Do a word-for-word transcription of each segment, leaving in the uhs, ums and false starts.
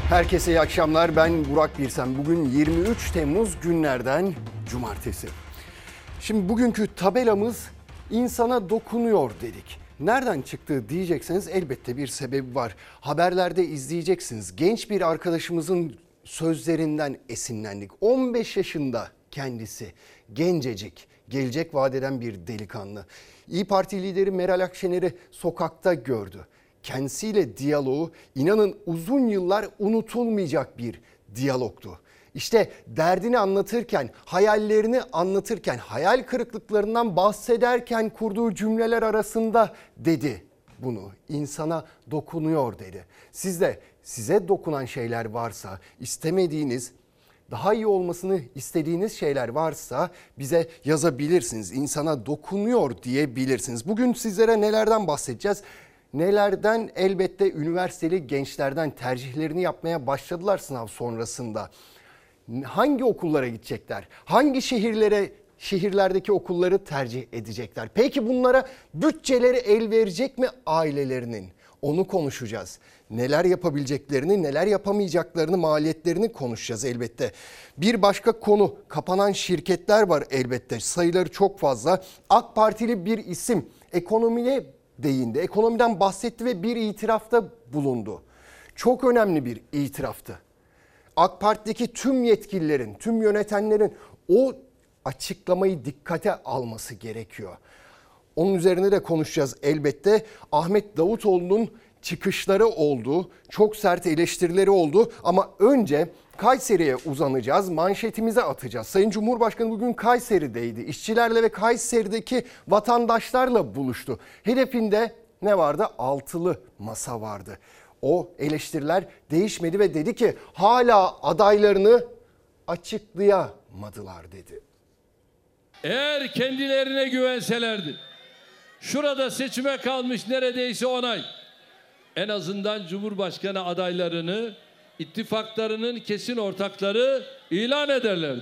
Herkese iyi akşamlar. Ben Burak Birsen. Bugün yirmi üç Temmuz günlerden cumartesi. Şimdi bugünkü tabelamız insana dokunuyor dedik. Nereden çıktı diyecekseniz elbette bir sebebi var. Haberlerde izleyeceksiniz. Genç bir arkadaşımızın sözlerinden esinlendik. on beş yaşında kendisi, gencecik, gelecek vadeden bir delikanlı. İYİ Parti lideri Meral Akşener'i sokakta gördü. Kendisiyle diyaloğu inanın uzun yıllar unutulmayacak bir diyalogtu. İşte derdini anlatırken, hayallerini anlatırken, hayal kırıklıklarından bahsederken kurduğu cümleler arasında dedi bunu. İnsana dokunuyor dedi. Siz de size dokunan şeyler varsa, istemediğiniz, daha iyi olmasını istediğiniz şeyler varsa bize yazabilirsiniz. İnsana dokunuyor diyebilirsiniz. Bugün sizlere nelerden bahsedeceğiz? Nelerden? Elbette üniversiteli gençlerden tercihlerini yapmaya başladılar sınav sonrasında. Hangi okullara gidecekler? Hangi şehirlere, şehirlerdeki okulları tercih edecekler? Peki bunlara bütçeleri el verecek mi ailelerinin? Onu konuşacağız. Neler yapabileceklerini, neler yapamayacaklarını, maliyetlerini konuşacağız elbette. Bir başka konu, kapanan şirketler var elbette. Sayıları çok fazla. AK Partili bir isim ekonomiye değindi. Ekonomiden bahsetti ve bir itirafta bulundu. Çok önemli bir itiraftı. AK Parti'deki tüm yetkililerin, tüm yönetenlerin o açıklamayı dikkate alması gerekiyor. Onun üzerine de konuşacağız elbette. Ahmet Davutoğlu'nun çıkışları oldu, çok sert eleştirileri oldu ama önce Kayseri'ye uzanacağız, manşetimize atacağız. Sayın Cumhurbaşkanı bugün Kayseri'deydi. İşçilerle ve Kayseri'deki vatandaşlarla buluştu. Hedefinde ne vardı? Altılı masa vardı. O eleştiriler değişmedi ve dedi ki hala adaylarını açıklayamadılar dedi. Eğer kendilerine güvenselerdi, şurada seçime kalmış neredeyse on ay, en azından Cumhurbaşkanı adaylarını ittifaklarının kesin ortakları ilan ederlerdi.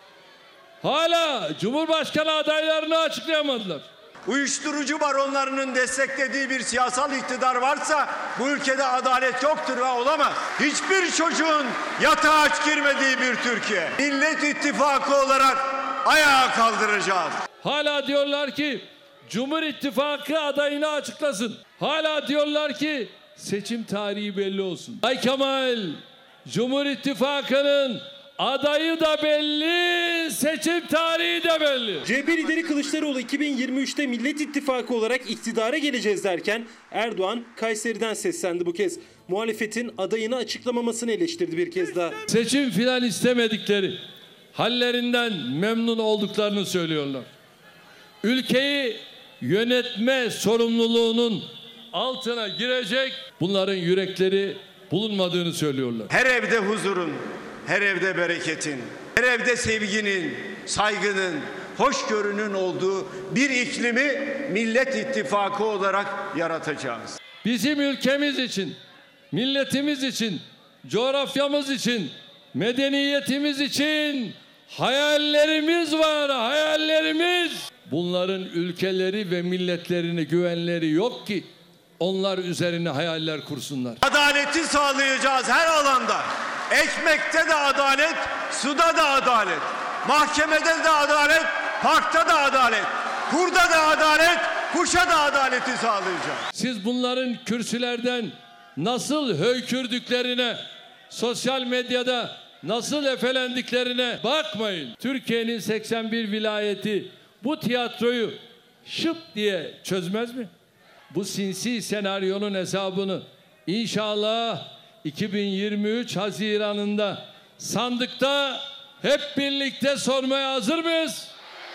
Hala Cumhurbaşkanı adaylarını açıklayamadılar. Uyuşturucu baronlarının desteklediği bir siyasal iktidar varsa bu ülkede adalet yoktur ve olamaz. Hiçbir çocuğun yatağa aç girmediği bir Türkiye. Millet İttifakı olarak ayağa kaldıracağız. Hala diyorlar ki Cumhur İttifakı adayını açıklasın. Hala diyorlar ki seçim tarihi belli olsun. Ay Kemal, Cumhur İttifakı'nın adayı da belli, seçim tarihi de belli. C H P lideri Kılıçdaroğlu iki bin yirmi üçte Millet İttifakı olarak iktidara geleceğiz derken Erdoğan Kayseri'den seslendi bu kez. Muhalefetin adayını açıklamamasını eleştirdi bir kez daha. Seçim filan istemedikleri, hallerinden memnun olduklarını söylüyorlar. Ülkeyi yönetme sorumluluğunun altına girecek bunların yürekleri bulunmadığını söylüyorlar. Her evde huzurun, her evde bereketin, her evde sevginin, saygının, hoşgörünün olduğu bir iklimi Millet İttifakı olarak yaratacağız. Bizim ülkemiz için, milletimiz için, coğrafyamız için, medeniyetimiz için hayallerimiz var, hayallerimiz. Bunların ülkeleri ve milletlerine güvenleri yok ki onlar üzerine hayaller kursunlar. Adaleti sağlayacağız her alanda. Ekmekte de adalet, suda da adalet, mahkemede de adalet, parkta da adalet, kurda da adalet, kuşa da adaleti sağlayacağız. Siz bunların kürsülerden nasıl höykürdüklerine, sosyal medyada nasıl efelendiklerine bakmayın. Türkiye'nin seksen bir vilayeti bu tiyatroyu şıp diye çözmez mi? Bu sinsi senaryonun hesabını inşallah iki bin yirmi üç Haziran'ında sandıkta hep birlikte sormaya hazır mıyız?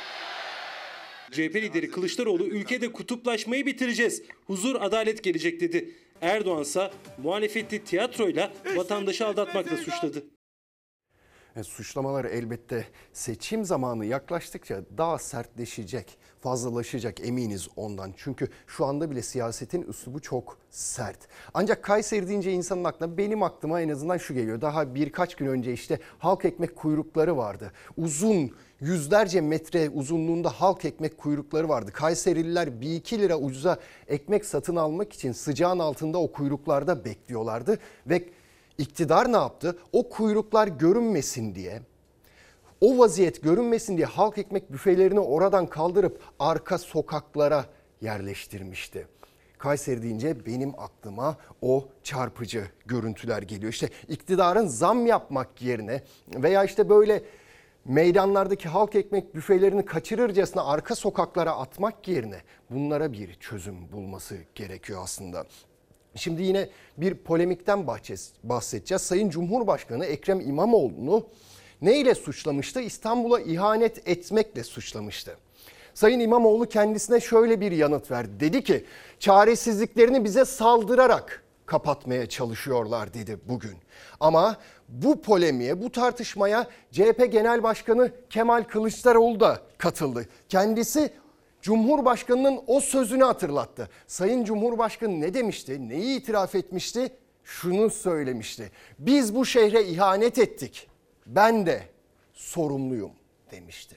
C H P lideri Kılıçdaroğlu ülkede kutuplaşmayı bitireceğiz, huzur adalet gelecek dedi. Erdoğan ise muhalefeti tiyatroyla vatandaşı aldatmakla suçladı. E, suçlamalar elbette seçim zamanı yaklaştıkça daha sertleşecek, fazlalaşacak eminiz ondan. Çünkü şu anda bile siyasetin üslubu çok sert. Ancak Kayseri deyince insanın aklına, benim aklıma en azından şu geliyor. Daha birkaç gün önce işte halk ekmek kuyrukları vardı. Uzun, yüzlerce metre uzunluğunda halk ekmek kuyrukları vardı. Kayserililer bir iki lira ucuza ekmek satın almak için sıcağın altında o kuyruklarda bekliyorlardı ve İktidar ne yaptı? O kuyruklar görünmesin diye, o vaziyet görünmesin diye halk ekmek büfelerini oradan kaldırıp arka sokaklara yerleştirmişti. Kayseri deyince benim aklıma o çarpıcı görüntüler geliyor. İşte iktidarın zam yapmak yerine veya işte böyle meydanlardaki halk ekmek büfelerini kaçırırcasına arka sokaklara atmak yerine bunlara bir çözüm bulması gerekiyor aslında. Şimdi yine bir polemikten bahsedeceğiz. Sayın Cumhurbaşkanı Ekrem İmamoğlu'nu neyle suçlamıştı? İstanbul'a ihanet etmekle suçlamıştı. Sayın İmamoğlu kendisine şöyle bir yanıt verdi. Dedi ki çaresizliklerini bize saldırarak kapatmaya çalışıyorlar dedi bugün. Ama bu polemiğe, bu tartışmaya C H P Genel Başkanı Kemal Kılıçdaroğlu da katıldı. Kendisi Cumhurbaşkanı'nın o sözünü hatırlattı. Sayın Cumhurbaşkanı ne demişti? Neyi itiraf etmişti? Şunu söylemişti. Biz bu şehre ihanet ettik. Ben de sorumluyum demişti.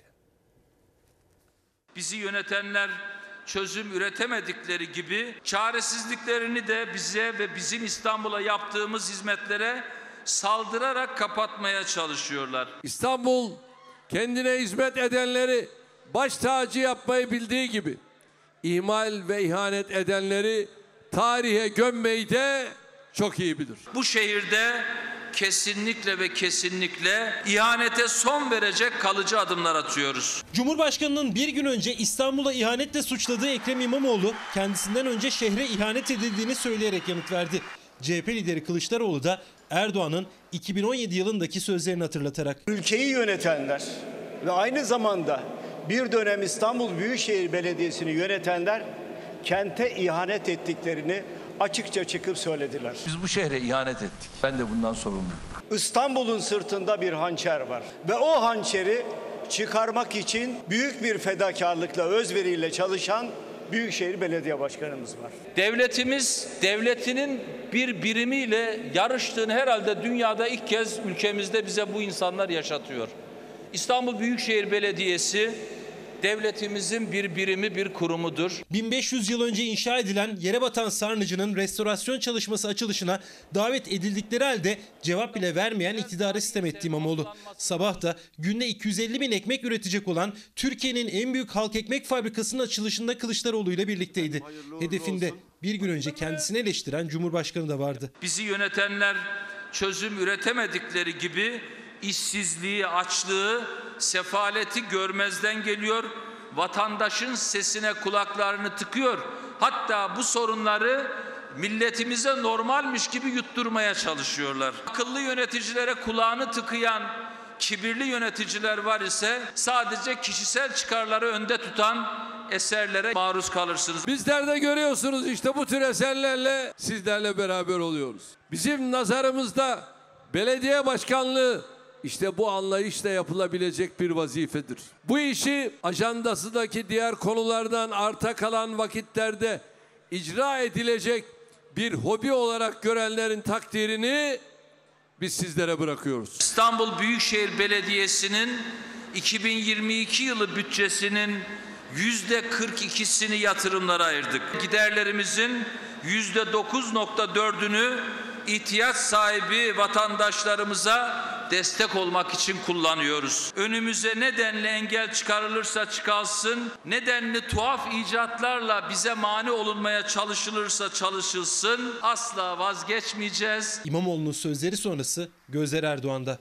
Bizi yönetenler çözüm üretemedikleri gibi çaresizliklerini de bize ve bizim İstanbul'a yaptığımız hizmetlere saldırarak kapatmaya çalışıyorlar. İstanbul kendine hizmet edenleri baş tacı yapmayı bildiği gibi ihmal ve ihanet edenleri tarihe gömmeyi de çok iyi bilir. Bu şehirde kesinlikle ve kesinlikle ihanete son verecek kalıcı adımlar atıyoruz. Cumhurbaşkanının bir gün önce İstanbul'a ihanetle suçladığı Ekrem İmamoğlu kendisinden önce şehre ihanet edildiğini söyleyerek yanıt verdi. C H P lideri Kılıçdaroğlu da Erdoğan'ın iki bin on yedi yılındaki sözlerini hatırlatarak Ülkeyi yönetenler ve aynı zamanda bir dönem İstanbul Büyükşehir Belediyesi'ni yönetenler kente ihanet ettiklerini açıkça çıkıp söylediler. Biz bu şehre ihanet ettik. Ben de bundan sorumluyum. İstanbul'un sırtında bir hançer var ve o hançeri çıkarmak için büyük bir fedakarlıkla, özveriyle çalışan Büyükşehir Belediye Başkanımız var. Devletimiz, devletinin bir birimiyle yarıştığını herhalde dünyada ilk kez ülkemizde bize bu insanlar yaşatıyor. İstanbul Büyükşehir Belediyesi devletimizin bir birimi, bir kurumudur. bin beş yüz yıl önce inşa edilen yere batan sarnıcının restorasyon çalışması açılışına davet edildikleri halde cevap bile vermeyen iktidara sitem etti İmamoğlu. Sabah da günde iki yüz elli bin ekmek üretecek olan Türkiye'nin en büyük halk ekmek fabrikasının açılışında Kılıçdaroğlu ile birlikteydi. Hedefinde bir gün önce kendisini eleştiren Cumhurbaşkanı da vardı. Bizi yönetenler çözüm üretemedikleri gibi işsizliği, açlığı, sefaleti görmezden geliyor. Vatandaşın sesine kulaklarını tıkıyor. Hatta bu sorunları milletimize normalmiş gibi yutturmaya çalışıyorlar. Akıllı yöneticilere kulağını tıkayan kibirli yöneticiler var ise sadece kişisel çıkarları önde tutan eserlere maruz kalırsınız. Bizler de görüyorsunuz işte bu tür eserlerle sizlerle beraber oluyoruz. Bizim nazarımızda belediye başkanlığı İşte bu anlayışla yapılabilecek bir vazifedir. Bu işi ajandasındaki diğer konulardan arta kalan vakitlerde icra edilecek bir hobi olarak görenlerin takdirini biz sizlere bırakıyoruz. İstanbul Büyükşehir Belediyesi'nin iki bin yirmi iki yılı bütçesinin yüzde kırk ikisini yatırımlara ayırdık. Giderlerimizin yüzde dokuz nokta dördünü ihtiyaç sahibi vatandaşlarımıza destek olmak için kullanıyoruz. Önümüze nedenli engel çıkarılırsa çıkarılsın, nedenli tuhaf icatlarla bize mani olunmaya çalışılırsa çalışılsın, asla vazgeçmeyeceğiz. İmamoğlu'nun sözleri sonrası gözler Erdoğan'da.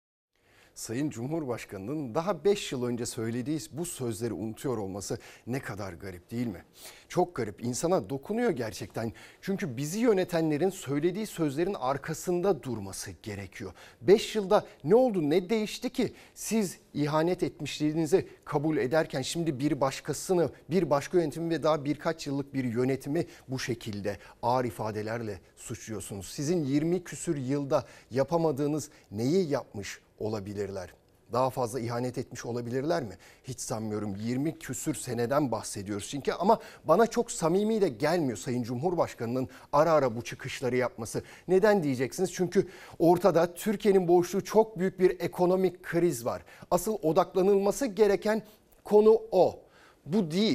Sayın Cumhurbaşkanı'nın daha beş yıl önce söylediği bu sözleri unutuyor olması ne kadar garip değil mi? Çok garip, insana dokunuyor gerçekten. Çünkü bizi yönetenlerin söylediği sözlerin arkasında durması gerekiyor. beş yılda ne oldu, ne değişti ki siz ihanet etmişliğinizi kabul ederken şimdi bir başkasını, bir başka yönetimi ve daha birkaç yıllık bir yönetimi bu şekilde ağır ifadelerle suçluyorsunuz. Sizin yirmi küsür yılda yapamadığınız neyi yapmış olabilirler? Daha fazla ihanet etmiş olabilirler mi? Hiç sanmıyorum. yirmi küsür seneden bahsediyoruz çünkü, ama bana çok samimi de gelmiyor Sayın Cumhurbaşkanı'nın ara ara bu çıkışları yapması. Neden diyeceksiniz? Çünkü ortada Türkiye'nin boğuştuğu çok büyük bir ekonomik kriz var. Asıl odaklanılması gereken konu o. Bu değil.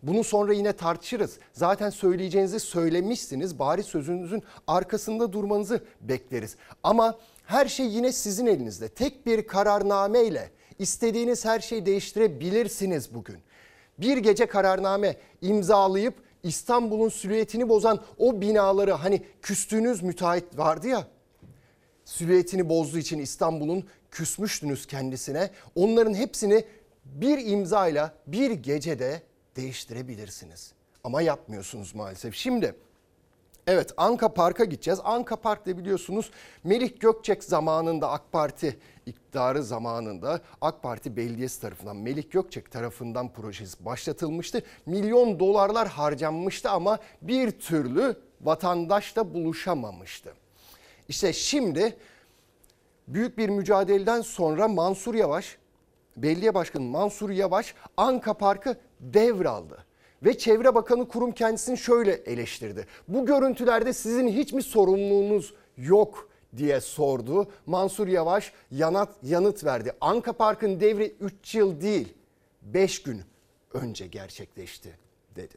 Bunu sonra yine tartışırız. Zaten söyleyeceğinizi söylemişsiniz. Bari sözünüzün arkasında durmanızı bekleriz. Ama her şey yine sizin elinizde. Tek bir kararnameyle istediğiniz her şeyi değiştirebilirsiniz bugün. Bir gece kararname imzalayıp İstanbul'un silüetini bozan o binaları, hani küstüğünüz müteahhit vardı ya, silüetini bozduğu için İstanbul'un küsmüştünüz kendisine. Onların hepsini bir imzayla bir gecede değiştirebilirsiniz. Ama yapmıyorsunuz maalesef. Şimdi evet, Anka Park'a gideceğiz. Anka Park'ta biliyorsunuz Melih Gökçek zamanında, AK Parti iktidarı zamanında AK Parti belediyesi tarafından, Melih Gökçek tarafından projesi başlatılmıştı. Milyon dolarlar harcanmıştı ama bir türlü vatandaşla buluşamamıştı. İşte şimdi büyük bir mücadeleden sonra Mansur Yavaş, Belediye Başkanı Mansur Yavaş Anka Park'ı devraldı. Ve Çevre Bakanı kurum kendisini şöyle eleştirdi. Bu görüntülerde sizin hiç mi sorumluluğunuz yok diye sordu. Mansur Yavaş yanıt, yanıt verdi. Anka Park'ın devri üç yıl değil beş gün önce gerçekleşti dedi.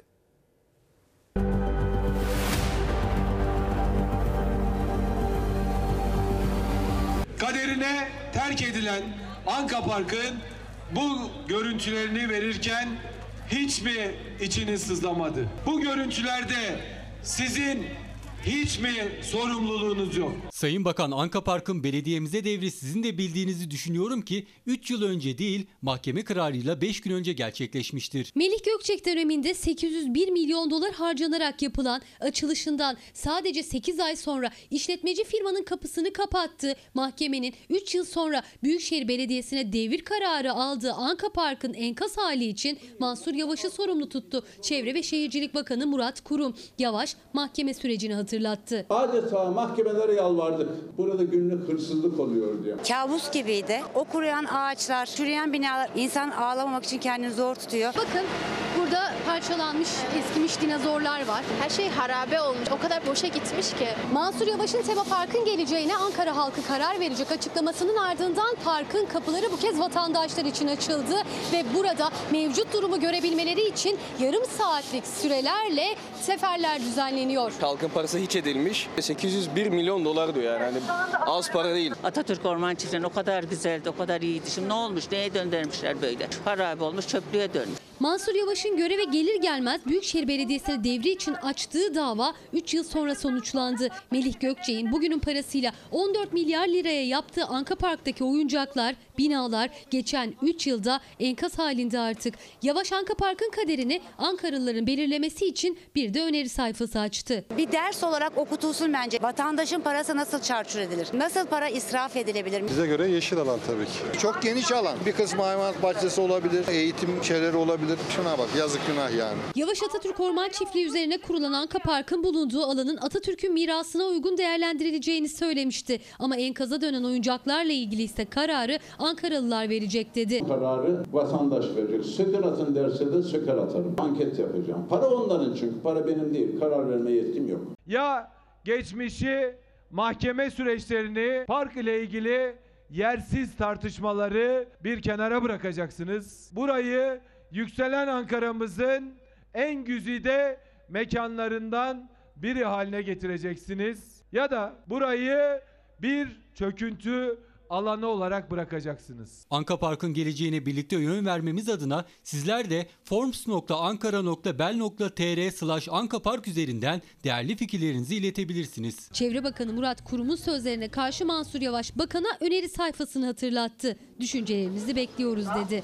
Kaderine terk edilen Anka Park'ın bu görüntülerini verirken hiç mi içiniz sızlamadı? Bu görüntülerde sizin hiç mi sorumluluğunuz yok? Sayın Bakan, Anka Park'ın belediyemize devri sizin de bildiğinizi düşünüyorum ki üç yıl önce değil, mahkeme kararıyla beş gün önce gerçekleşmiştir. Melih Gökçek döneminde sekiz yüz bir milyon dolar harcanarak yapılan açılışından sadece sekiz ay sonra işletmeci firmanın kapısını kapattı. Mahkemenin üç yıl sonra Büyükşehir Belediyesi'ne devir kararı aldığı Anka Park'ın enkaz hali için Mansur Yavaş'ı sorumlu tuttu. Çevre ve Şehircilik Bakanı Murat Kurum. Yavaş mahkeme sürecini hatırlattı. Adeta mahkemelere yalvardık. Burada günlük hırsızlık oluyor diye. Kabus gibiydi. O kuruyan ağaçlar, çürüyen binalar, insan ağlamamak için kendini zor tutuyor. Bakın burada parçalanmış, eskimiş dinozorlar var. Her şey harabe olmuş. O kadar boşa gitmiş ki. Mansur Yavaş'ın Tema Park'ın geleceğine Ankara halkı karar verecek açıklamasının ardından parkın kapıları bu kez vatandaşlar için açıldı ve burada mevcut durumu görebilmeleri için yarım saatlik sürelerle seferler düzenleniyor. Halkın parası hiç edilmiş. sekiz yüz bir milyon dolar diyor yani. Hani az para değil. Atatürk Orman Çiftliği'nin o kadar güzeldi, o kadar iyiydi. Şimdi ne olmuş, neye döndürmüşler böyle? Harabe olmuş, çöplüğe dönmüş. Mansur Yavaş'ın göreve gelir gelmez Büyükşehir Belediyesi'ne devri için açtığı dava üç yıl sonra sonuçlandı. Melih Gökçek'in bugünün parasıyla on dört milyar liraya yaptığı Anka Park'taki oyuncaklar, binalar geçen üç yılda enkaz halinde artık. Yavaş Anka Park'ın kaderini Ankaralıların belirlemesi için bir de öneri sayfası açtı. Bir ders olarak okutulsun bence. Vatandaşın parası nasıl çarçur edilir? Nasıl para israf edilebilir? Bize göre yeşil alan tabii ki. Çok geniş alan. Bir kısmı hayvanat bahçesi olabilir, eğitim şeyleri olabilir. Şuna bak, yazık günah yani. Yavaş Atatürk Orman Çiftliği üzerine kurulan Anka Park'ın bulunduğu alanın Atatürk'ün mirasına uygun değerlendirileceğini söylemişti. Ama enkaza dönen oyuncaklarla ilgili ise kararı Ankaralılar verecek dedi. Kararı vatandaş verecek. Söker atın derse de söker atarım. Anket yapacağım. Para onların çünkü. Para benim değil. Karar verme yetkim yok. Ya geçmişi, mahkeme süreçlerini, park ile ilgili yersiz tartışmaları bir kenara bırakacaksınız. Burayı yükselen Ankara'mızın en güzide mekanlarından biri haline getireceksiniz. Ya da burayı bir çöküntü alanı olarak bırakacaksınız. Anka Park'ın geleceğine birlikte yön vermemiz adına sizler de forms nokta ankara nokta bel nokta tr slash ankapark üzerinden değerli fikirlerinizi iletebilirsiniz. Çevre Bakanı Murat Kurum'un sözlerine karşı Mansur Yavaş bakana öneri sayfasını hatırlattı. Düşüncelerinizi bekliyoruz dedi.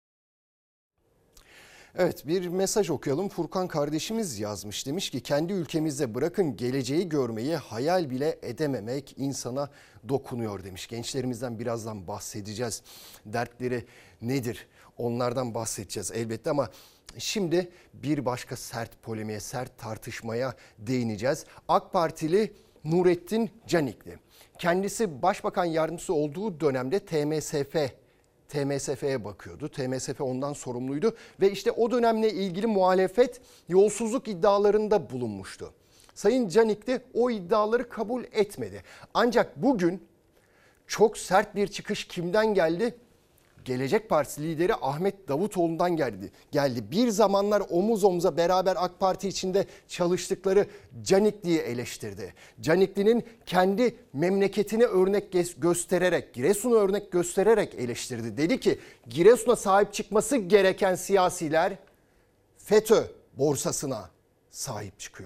Evet, bir mesaj okuyalım. Furkan kardeşimiz yazmış. Demiş ki kendi ülkemizde bırakın geleceği görmeyi hayal bile edememek insana dokunuyor demiş. Gençlerimizden birazdan bahsedeceğiz. Dertleri nedir? Onlardan bahsedeceğiz elbette ama şimdi bir başka sert polemiğe, sert tartışmaya değineceğiz. AK Partili Nurettin Canikli. Kendisi başbakan yardımcısı olduğu dönemde T M S F T M S F'ye bakıyordu. T M S F ondan sorumluydu ve işte o dönemle ilgili muhalefet yolsuzluk iddialarında bulunmuştu. Sayın Canikli o iddiaları kabul etmedi. Ancak bugün çok sert bir çıkış kimden geldi? Gelecek Partisi lideri Ahmet Davutoğlu'ndan geldi. geldi. Bir zamanlar omuz omuza beraber AK Parti içinde çalıştıkları Canikli'yi eleştirdi. Canikli'nin kendi memleketine örnek göstererek, Giresun'u örnek göstererek eleştirdi. Dedi ki Giresun'a sahip çıkması gereken siyasiler FETÖ borsasına sahip çıkıyor.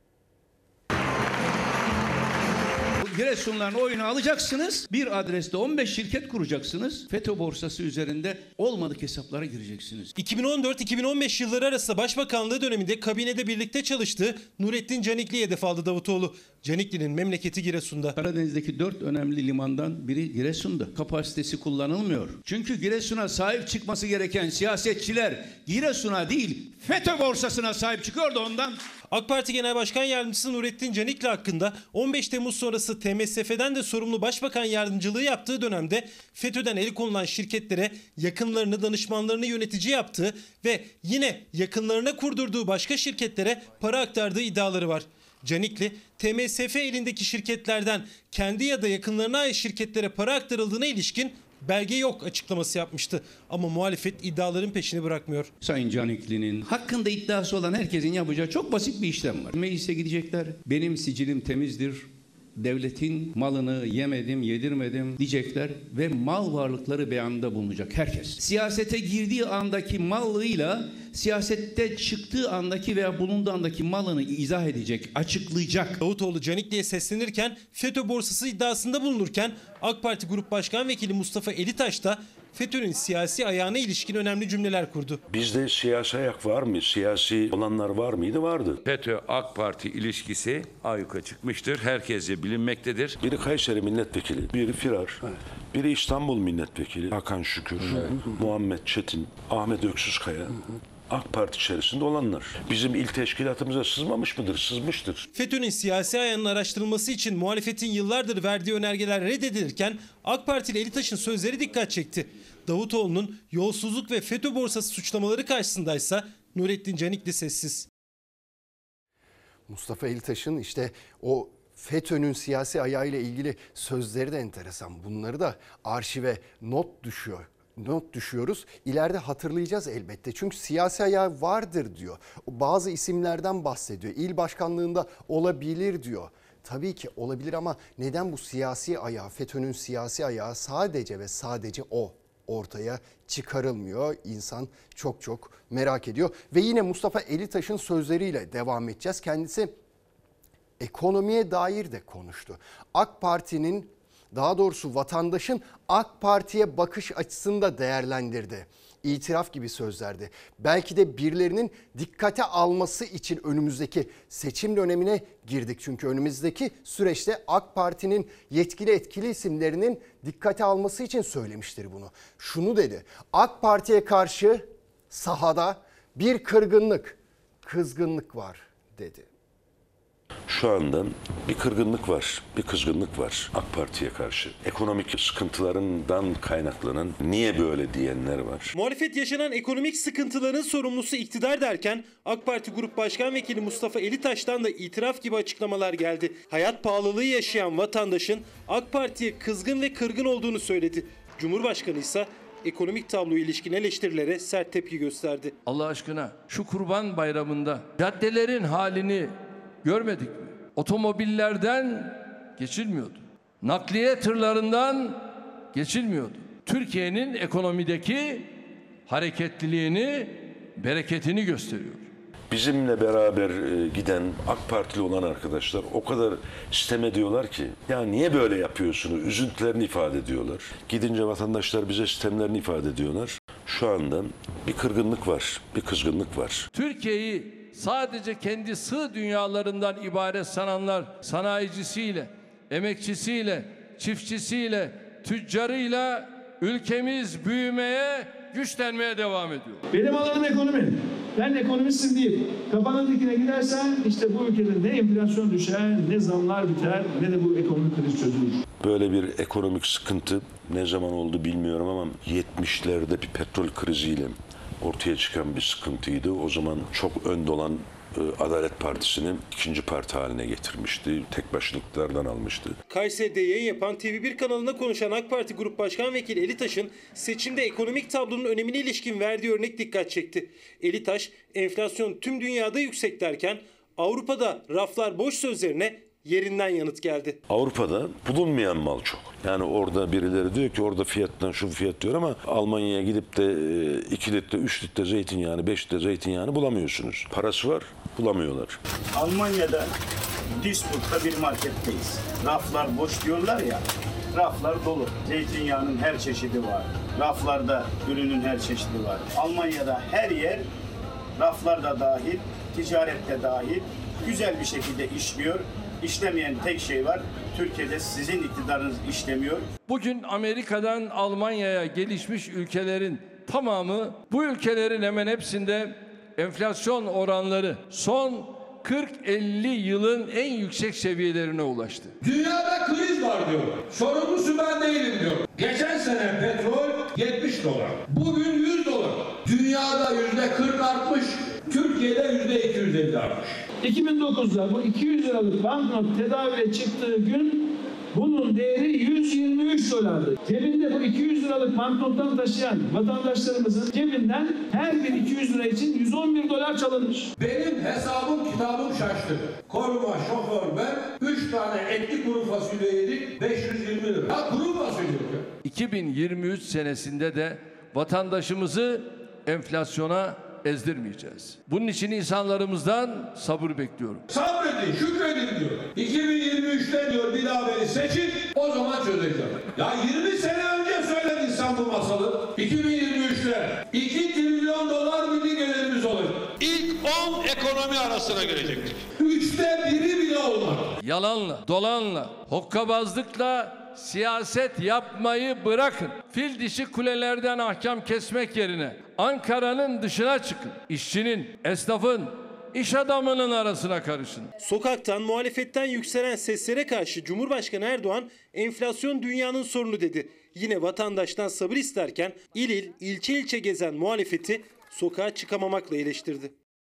Giresunların oyunu alacaksınız. Bir adreste on beş şirket kuracaksınız. FETÖ borsası üzerinde olmadık hesaplara gireceksiniz. iki bin on dört iki bin on beş yılları arasında başbakanlığı döneminde kabinede birlikte çalıştığı Nurettin Canikli'yi hedef aldı Davutoğlu. Canikli'nin memleketi Giresun'da. Karadeniz'deki dört önemli limandan biri Giresun'da. Kapasitesi kullanılmıyor. Çünkü Giresun'a sahip çıkması gereken siyasetçiler Giresun'a değil FETÖ borsasına sahip çıkıyordu ondan. AK Parti Genel Başkan Yardımcısı Nurettin Canikli hakkında on beş Temmuz sonrası T M S F'den de sorumlu başbakan yardımcılığı yaptığı dönemde FETÖ'den el konulan şirketlere yakınlarını, danışmanlarını yönetici yaptığı ve yine yakınlarına kurdurduğu başka şirketlere para aktardığı iddiaları var. Canikli, T M S F elindeki şirketlerden kendi ya da yakınlarına ait şirketlere para aktarıldığına ilişkin belge yok açıklaması yapmıştı. Ama muhalefet iddiaların peşini bırakmıyor. Sayın Canikli'nin hakkında iddiası olan herkesin yapacağı çok basit bir işlem var. Meclise gidecekler. Benim sicilim temizdir. Devletin malını yemedim, yedirmedim diyecekler ve mal varlıkları beyanında bulunacak herkes. Siyasete girdiği andaki mallığıyla siyasette çıktığı andaki veya bulunduğu andaki malını izah edecek, açıklayacak. Davutoğlu Canikli'ye seslenirken FETÖ borsası iddiasında bulunurken AK Parti Grup Başkan Vekili Mustafa Elitaş da FETÖ'nün siyasi ayağına ilişkin önemli cümleler kurdu. Bizde siyasi ayak var mı? Siyasi olanlar var mıydı? Vardı. FETÖ-AK Parti ilişkisi ayyuka çıkmıştır. Herkese bilinmektedir. Biri Kayseri milletvekili, biri Firar, evet. Biri İstanbul milletvekili, Hakan Şükür, evet. Muhammed Çetin, Ahmet Öksüzkaya. AK Parti içerisinde olanlar. Bizim il teşkilatımıza sızmamış mıdır? Sızmıştır. FETÖ'nün siyasi ayağının araştırılması için muhalefetin yıllardır verdiği önergeler reddedilirken AK Partili Elitaş'ın sözleri dikkat çekti. Davutoğlu'nun yolsuzluk ve FETÖ borsası suçlamaları karşısındaysa Nurettin Canikli sessiz. Mustafa Elitaş'ın işte o FETÖ'nün siyasi ayağıyla ilgili sözleri de enteresan. Bunları da arşive not düşüyor. Not düşüyoruz. İleride hatırlayacağız elbette. Çünkü siyasi ayağı vardır diyor. Bazı isimlerden bahsediyor. İl başkanlığında olabilir diyor. Tabii ki olabilir ama neden bu siyasi ayağı, FETÖ'nün siyasi ayağı sadece ve sadece o ortaya çıkarılmıyor? İnsan çok çok merak ediyor. Ve yine Mustafa Elitaş'ın sözleriyle devam edeceğiz. Kendisi ekonomiye dair de konuştu. AK Parti'nin, daha doğrusu vatandaşın AK Parti'ye bakış açısını da değerlendirdi. İtiraf gibi sözlerdi. Belki de birilerinin dikkate alması için önümüzdeki seçim dönemine girdik. Çünkü önümüzdeki süreçte AK Parti'nin yetkili etkili isimlerinin dikkate alması için söylemiştir bunu. Şunu dedi: AK Parti'ye karşı sahada bir kırgınlık, kızgınlık var dedi. Şu anda bir kırgınlık var, bir kızgınlık var AK Parti'ye karşı. Ekonomik sıkıntılarından kaynaklanan niye böyle diyenler var. Muhalefet yaşanan ekonomik sıkıntıların sorumlusu iktidar derken AK Parti Grup Başkan Vekili Mustafa Elitaş'tan da itiraf gibi açıklamalar geldi. Hayat pahalılığı yaşayan vatandaşın AK Parti'ye kızgın ve kırgın olduğunu söyledi. Cumhurbaşkanı ise ekonomik tabloya ilişkin eleştirilere sert tepki gösterdi. Allah aşkına şu Kurban Bayramı'nda caddelerin halini görmedik mi? Otomobillerden geçilmiyordu. Nakliye tırlarından geçilmiyordu. Türkiye'nin ekonomideki hareketliliğini, bereketini gösteriyor. Bizimle beraber giden AK Partili olan arkadaşlar o kadar sitem ediyorlar ki ya niye böyle yapıyorsunuz? Üzüntülerini ifade ediyorlar. Gidince vatandaşlar bize sitemlerini ifade ediyorlar. Şu anda bir kırgınlık var, bir kızgınlık var. Türkiye'yi sadece kendi sığ dünyalarından ibaret sananlar sanayicisiyle, emekçisiyle, çiftçisiyle, tüccarıyla ülkemiz büyümeye, güçlenmeye devam ediyor. Benim alanım ekonomi. Ben ekonomistim deyip kafanın dikine gidersen işte bu ülkede ne enflasyon düşer, ne zamlar biter, ne de bu ekonomik kriz çözülür. Böyle bir ekonomik sıkıntı ne zaman oldu bilmiyorum ama yetmişlerde bir petrol kriziyle ortaya çıkan bir sıkıntıydı. O zaman çok önde olan Adalet Partisi'nin ikinci parti haline getirmişti. Tek başlıklardan almıştı. Kayseri'de yayın yapan T V bir kanalına konuşan AK Parti Grup Başkan Vekili Elitaş'ın seçimde ekonomik tablonun önemine ilişkin verdiği örnek dikkat çekti. Elitaş, enflasyon tüm dünyada yüksek derken Avrupa'da raflar boş sözlerine yerinden yanıt geldi. Avrupa'da bulunmayan mal çok. Yani orada birileri diyor ki orada fiyattan şu fiyat diyor ama Almanya'ya gidip de iki litre, üç litre zeytinyağını, beş litre zeytinyağını bulamıyorsunuz. Parası var, bulamıyorlar. Almanya'da Duisburg'da bir marketteyiz. Raflar boş diyorlar ya, raflar dolu. Zeytinyağının her çeşidi var. Raflarda ürünün her çeşidi var. Almanya'da her yer, raflar da dahil, ticaret de dahil, güzel bir şekilde işliyor. İşlemeyen tek şey var. Türkiye'de sizin iktidarınız işlemiyor. Bugün Amerika'dan Almanya'ya gelişmiş ülkelerin tamamı, bu ülkelerin hemen hepsinde enflasyon oranları son kırk elli yılın en yüksek seviyelerine ulaştı. Dünyada kriz var diyor. Sorumlusu ben değilim diyor. Geçen sene petrol yetmiş dolar. Bugün yüz dolar. Dünyada yüzde kırk artmış. Türkiye'de yüzde iki yüz elli artmış. iki bin dokuzda bu iki yüz liralık banknot tedavüle çıktığı gün bunun değeri yüz yirmi üç dolardı. Cebinde bu iki yüz liralık banknotları taşıyan vatandaşlarımızın cebinden her bir iki yüz lira için yüz on bir dolar çalınmış. Benim hesabım kitabım şaştı. Koruma, şoför ben üç tane etli kuru fasulye yedik beş yüz yirmi lira. Ya kuru fasulye yok. iki bin yirmi üç senesinde de vatandaşımızı enflasyona ezdirmeyeceğiz. Bunun için insanlarımızdan sabır bekliyorum. Sabredin, şükredin diyor. iki bin yirmi üçte diyor bir daha beni seçin, o zaman çözeceğim. Ya yirmi sene önce söyledin sen bu masalı. iki bin yirmi üçte iki trilyon dolar milli gelirimiz olur. İlk on ekonomi arasına girecektik. Üçte biri bile olmadı. Yalanla, dolanla, hokkabazlıkla siyaset yapmayı bırakın. Fil dişi kulelerden ahkam kesmek yerine Ankara'nın dışına çıkın. İşçinin, esnafın, iş adamının arasına karışın. Sokaktan, muhalefetten yükselen seslere karşı Cumhurbaşkanı Erdoğan enflasyon dünyanın sorunu dedi. Yine vatandaştan sabır isterken il il, ilçe ilçe gezen muhalefeti sokağa çıkamamakla eleştirdi.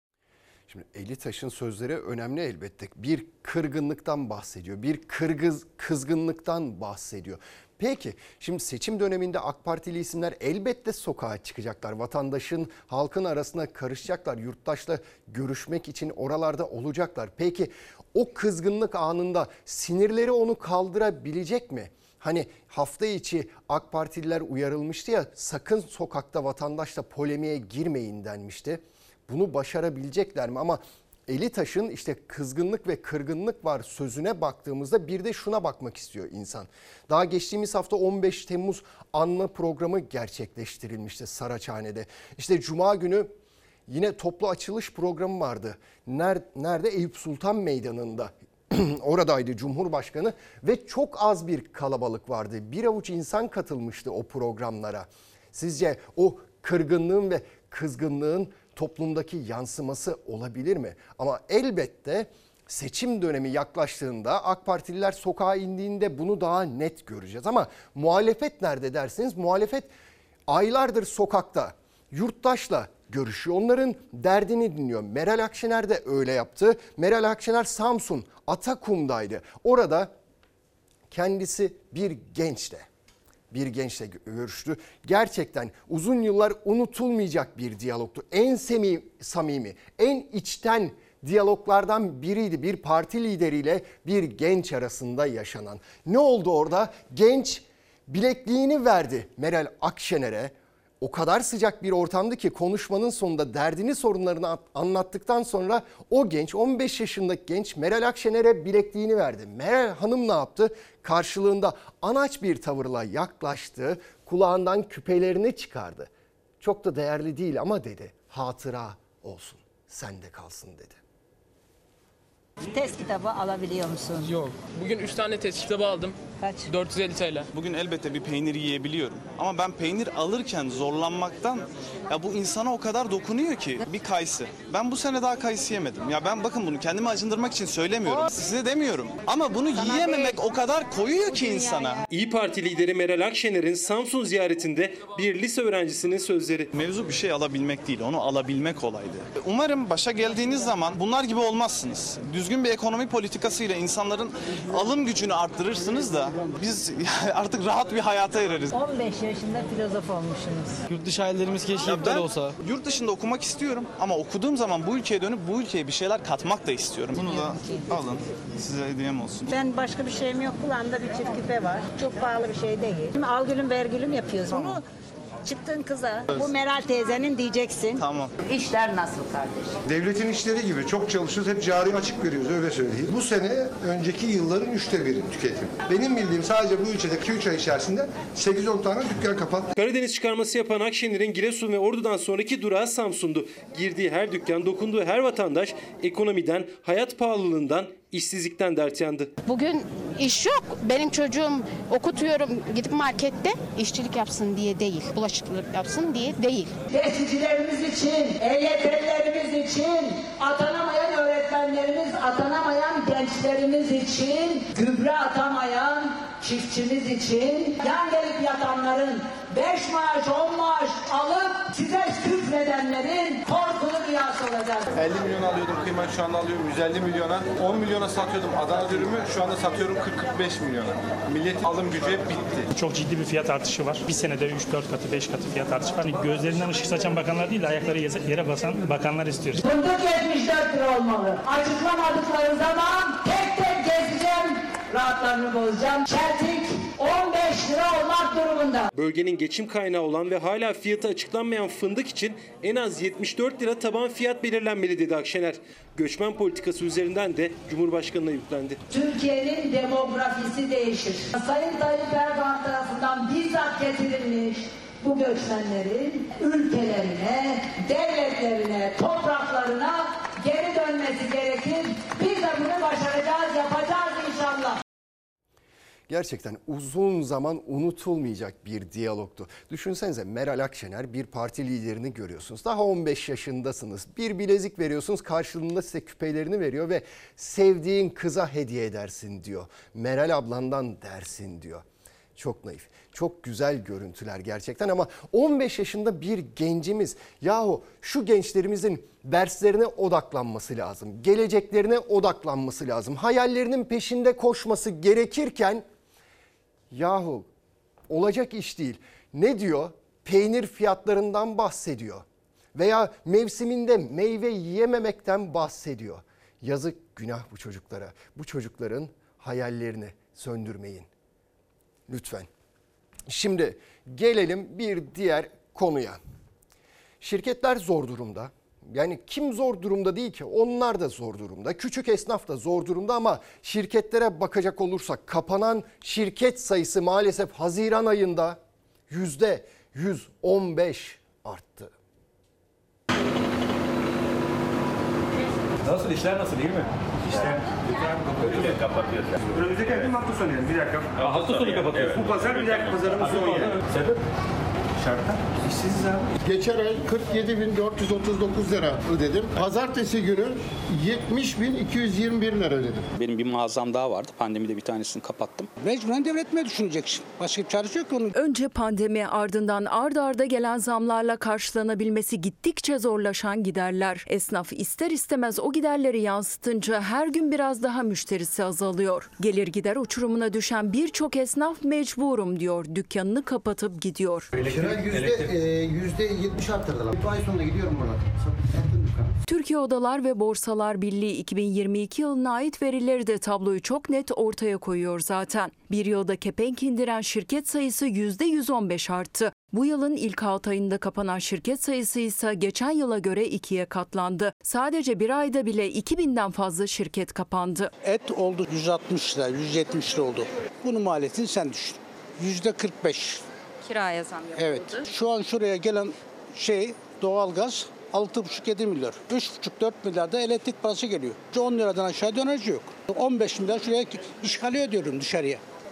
Şimdi Elitaş'ın sözleri önemli elbette. Bir kırgınlıktan bahsediyor. Bir kırgız kızgınlıktan bahsediyor. Peki şimdi seçim döneminde AK Partili isimler elbette sokağa çıkacaklar. Vatandaşın, halkın arasına karışacaklar. Yurttaşla görüşmek için oralarda olacaklar. Peki o kızgınlık anında sinirleri onu kaldırabilecek mi? Hani hafta içi AK Partililer uyarılmıştı ya, sakın sokakta vatandaşla polemiğe girmeyin denmişti. Bunu başarabilecekler mi? Ama Elitaş'ın işte kızgınlık ve kırgınlık var sözüne baktığımızda bir de şuna bakmak istiyor insan. Daha geçtiğimiz hafta on beş Temmuz anma programı gerçekleştirilmişti Saraçhane'de. İşte Cuma günü yine toplu açılış programı vardı. Nerede? Eyüp Sultan Meydanı'nda. Oradaydı Cumhurbaşkanı ve çok az bir kalabalık vardı. Bir avuç insan katılmıştı o programlara. Sizce o kırgınlığın ve kızgınlığın toplumdaki yansıması olabilir mi? Ama elbette seçim dönemi yaklaştığında AK Partililer sokağa indiğinde bunu daha net göreceğiz. Ama muhalefet nerede derseniz, muhalefet aylardır sokakta yurttaşla görüşüyor. Onların derdini dinliyor. Meral Akşener de öyle yaptı. Meral Akşener Samsun Atakum'daydı. Orada kendisi bir gençle bir gençle görüştü. Gerçekten uzun yıllar unutulmayacak bir diyalogtu. En semi, samimi, en içten diyaloglardan biriydi. Bir parti lideriyle bir genç arasında yaşanan. Ne oldu orada? Genç bilekliğini verdi Meral Akşener'e. O kadar sıcak bir ortamdı ki konuşmanın sonunda derdini, sorunlarını anlattıktan sonra o genç, on beş yaşındaki genç Meral Akşener'e bilekliğini verdi. Meral Hanım ne yaptı? Karşılığında anaç bir tavırla yaklaştı, kulağından küpelerini çıkardı. Çok da değerli değil ama dedi, hatıra olsun, sende kalsın dedi. Test kitabı alabiliyor musun? Yok. Bugün üç tane test kitabı aldım. Kaç? dört yüz elli T L. Bugün elbette bir peynir yiyebiliyorum. Ama ben peynir alırken zorlanmaktan ya bu insana o kadar dokunuyor ki bir kayısı. Ben bu sene daha kayısı yemedim. Ya ben bakın bunu kendimi acındırmak için söylemiyorum. Size demiyorum. Ama bunu yiyememek o kadar koyuyor ki insana. İYİ Parti lideri Meral Akşener'in Samsun ziyaretinde bir lise öğrencisinin sözleri. Mevzu bir şey alabilmek değil, onu alabilmek olaydı. Umarım başa geldiğiniz zaman bunlar gibi olmazsınız. Düzgün bir ekonomi politikasıyla insanların alım gücünü arttırırsınız da biz artık rahat bir hayata ereriz. on beş yaşında filozof olmuşsunuz. Yurt dışı hayallerimiz keşke iptal olsa. Yurt dışında okumak istiyorum ama okuduğum zaman bu ülkeye dönüp bu ülkeye bir şeyler katmak da istiyorum. Bunu da alın, size hediyem olsun. Ben başka bir şeyim yok. Kulağımda bir çift küpe var. Çok pahalı bir şey değil. Şimdi al gülüm ver gülüm yapıyoruz. Bunu çıktığın kıza bu Meral teyzenin diyeceksin. Tamam. İşler nasıl kardeşim? Devletin işleri gibi çok çalışıyoruz, hep cari açık veriyoruz, öyle söyleyeyim. Bu sene önceki yılların üçte biri tüketim. Benim bildiğim sadece bu ülkede iki üç ay içerisinde sekiz on tane dükkan kapattı. Karadeniz çıkarması yapan Akşener'in Giresun ve Ordu'dan sonraki durağı Samsun'du. Girdiği her dükkan, dokunduğu her vatandaş ekonomiden, hayat pahalılığından, işsizlikten dert yandı. Bugün iş yok. Benim çocuğum okutuyorum gidip markette işçilik yapsın diye değil, bulaşıklık yapsın diye değil. Tefsircilerimiz için, E Y T'lilerimiz için, atanamayan öğretmenlerimiz, atanamayan gençlerimiz için, gübre atamayan çiftçimiz için, yan gelip yatanların beş maaş, on maaş alıp size küfredenlerin korkulu rüyası olacak. elli milyon alıyordum kıyma, şu anda alıyorum yüz elli milyona. on milyona satıyordum Adana dürümü, şu anda satıyorum kırk kırk beş milyona. Milletin alım gücü hep bitti. Çok ciddi bir fiyat artışı var. Bir senede üç dört katı, beş katı fiyat artışı var. Hani gözlerinden ışık saçan bakanlar değil de ayakları yere basan bakanlar istiyoruz. Fındık yetmiş dört lira olmalı. Açıklamadıkları zaman tek tek gezeceğim, rahatlarını bozacağım. Çeltik on beş lira olmak durumunda. Bölgenin geçim kaynağı olan ve hala fiyatı açıklanmayan fındık için en az yetmiş dört lira taban fiyat belirlenmeli dedi Akşener. Göçmen politikası üzerinden de Cumhurbaşkanı'na yüklendi. Türkiye'nin demografisi değişir. Sayın Tayyip Erdoğan tarafından bizzat getirilmiş bu göçmenlerin ülkelerine, devletlerine, topraklarına geri dönmesi gerekir. Biz de bunu başaracağız, yapacağız inşallah. Gerçekten uzun zaman unutulmayacak bir diyalogtu. Düşünsenize, Meral Akşener, bir parti liderini görüyorsunuz. Daha on beş yaşındasınız. Bir bilezik veriyorsunuz, karşılığında size küpelerini veriyor ve sevdiğin kıza hediye edersin diyor. Meral ablandan dersin diyor. Çok naif, çok güzel görüntüler gerçekten ama on beş yaşında bir gencimiz, yahu şu gençlerimizin derslerine odaklanması lazım. Geleceklerine odaklanması lazım. Hayallerinin peşinde koşması gerekirken yahu olacak iş değil. Ne diyor? Peynir fiyatlarından bahsediyor. Veya mevsiminde meyve yiyememekten bahsediyor. Yazık, günah bu çocuklara. Bu çocukların hayallerini söndürmeyin. Lütfen. Şimdi gelelim bir diğer konuya. Şirketler zor durumda. Yani kim zor durumda değil ki? Onlar da zor durumda. Küçük esnaf da zor durumda ama şirketlere bakacak olursak kapanan şirket sayısı maalesef Haziran ayında yüzde yüz on beş arttı. Nasıl, işler nasıl, iyi mi? İşler kötü kapatıyoruz. Önümüzdeki gün hafta sonu yani, bir dakika. Ha, hafta sonu kapatıyoruz. Evet. Bu pazar bir dakika pazarımız son yani. Sebep? Şartlar. İşsiziz abi. Geçen ay kırk yedi bin dört yüz otuz dokuz lira ödedim. Pazartesi günü yetmiş bin iki yüz yirmi bir lira ödedim. Benim bir mağazam daha vardı. Pandemide bir tanesini kapattım. Mecburen devletme düşünecek. Başka bir çaresi yok onun. Önce pandemi, ardından ard arda gelen zamlarla karşılanabilmesi gittikçe zorlaşan giderler. Esnaf ister istemez o giderleri yansıtınca her gün biraz daha müşterisi azalıyor. Gelir gider uçurumuna düşen birçok esnaf mecburum diyor. Dükkanını kapatıp gidiyor. Kira yüzde yüzde yetmiş arttırdılar. Bu ay sonunda gidiyorum buradan. Türkiye Odalar ve Borsalar Birliği iki bin yirmi iki yılına ait verileri de tabloyu çok net ortaya koyuyor zaten. Bir yılda kepenk indiren şirket sayısı yüzde yüz on beş arttı. Bu yılın ilk altı ayında kapanan şirket sayısı ise geçen yıla göre ikiye katlandı. Sadece bir ayda bile iki binden fazla şirket kapandı. Et oldu yüz altmış lira, yüz yetmiş lira oldu. Bunun maliyetini sen düşün. yüzde kırk beş. Kiraya zam yapıldı. Evet. Şu an şuraya gelen şey doğalgaz altı buçuk yedi milyar. üç buçuk dört milyar da elektrik parası geliyor. on liradan aşağı dönerci yok. on beş milyar şuraya işgali ödüyorum dışarıya.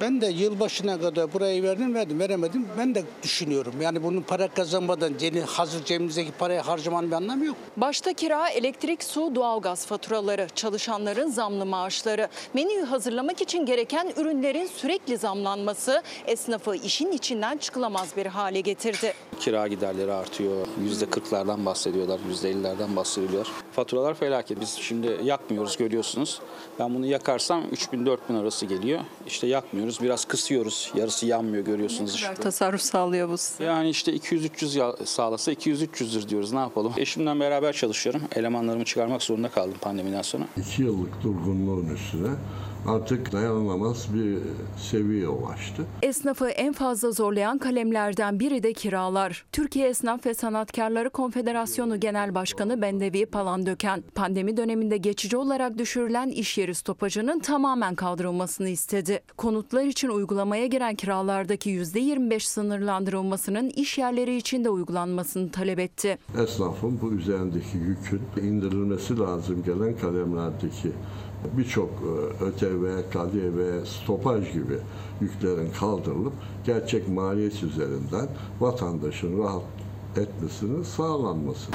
Ben de yılbaşına kadar burayı verdim verdim veremedim. Ben de düşünüyorum. Yani bunun para kazanmadan hazır cebimizdeki parayı harcamanın bir anlamı yok. Başta kira, elektrik, su, doğalgaz faturaları, çalışanların zamlı maaşları, menüyü hazırlamak için gereken ürünlerin sürekli zamlanması esnafı işin içinden çıkılamaz bir hale getirdi. Kira giderleri artıyor. yüzde kırklardan bahsediyorlar, yüzde ellilerden bahsediyorlar. Faturalar felaket. Biz şimdi yakmıyoruz, görüyorsunuz. Ben bunu yakarsam üç bin dört bin arası geliyor. İşte yakmıyoruz, biraz kısıyoruz. Yarısı yanmıyor, görüyorsunuz. Ne kadar tasarruf sağlıyor bu size? Yani işte iki yüz üç yüz sağlasa iki yüz üç yüzdür diyoruz. Ne yapalım? Eşimle beraber çalışıyorum. Elemanlarımı çıkarmak zorunda kaldım pandemiden sonra. İki yıllık durgunluğun üstüne artık dayanılamaz bir seviyeye ulaştı. Esnafı en fazla zorlayan kalemlerden biri de kiralar. Türkiye Esnaf ve Sanatkarları Konfederasyonu Genel Başkanı Bendevi Palandöken, pandemi döneminde geçici olarak düşürülen iş yeri stopajının tamamen kaldırılmasını istedi. Konutlar için uygulamaya giren kiralardaki yüzde yirmi beş sınırlandırılmasının iş yerleri için de uygulanmasını talep etti. Esnafın bu üzerindeki yükün indirilmesi lazım gelen kalemlerdeki birçok ÖTV, K D V, stopaj gibi yüklerin kaldırılıp gerçek maliyet üzerinden vatandaşın rahat etmesinin sağlanması.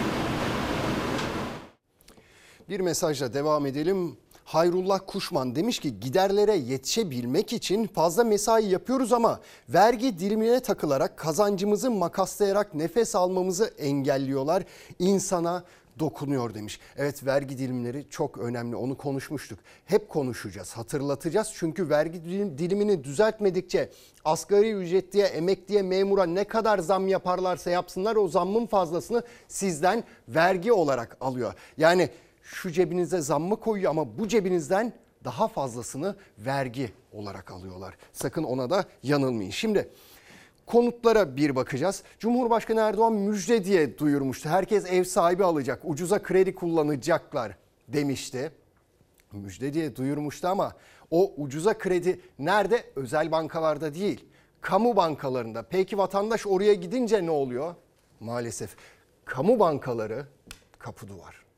Bir mesajla devam edelim. Hayrullah Kuşman demiş ki giderlere yetişebilmek için fazla mesai yapıyoruz ama vergi dilimine takılarak kazancımızı makaslayarak nefes almamızı engelliyorlar. İnsana dokunuyor demiş. Evet, vergi dilimleri çok önemli, onu konuşmuştuk. Hep konuşacağız, hatırlatacağız çünkü vergi dilimini düzeltmedikçe asgari ücretliye, emekliye, memura ne kadar zam yaparlarsa yapsınlar o zammın fazlasını sizden vergi olarak alıyor. Yani şu cebinize zam mı koyuyor ama bu cebinizden daha fazlasını vergi olarak alıyorlar. Sakın ona da yanılmayın. Şimdi konutlara bir bakacağız. Cumhurbaşkanı Erdoğan müjde diye duyurmuştu. Herkes ev sahibi alacak, ucuza kredi kullanacaklar demişti. Müjde diye duyurmuştu ama o ucuza kredi nerede? Özel bankalarda değil, kamu bankalarında. Peki vatandaş oraya gidince ne oluyor? Maalesef kamu bankaları kapı duvar.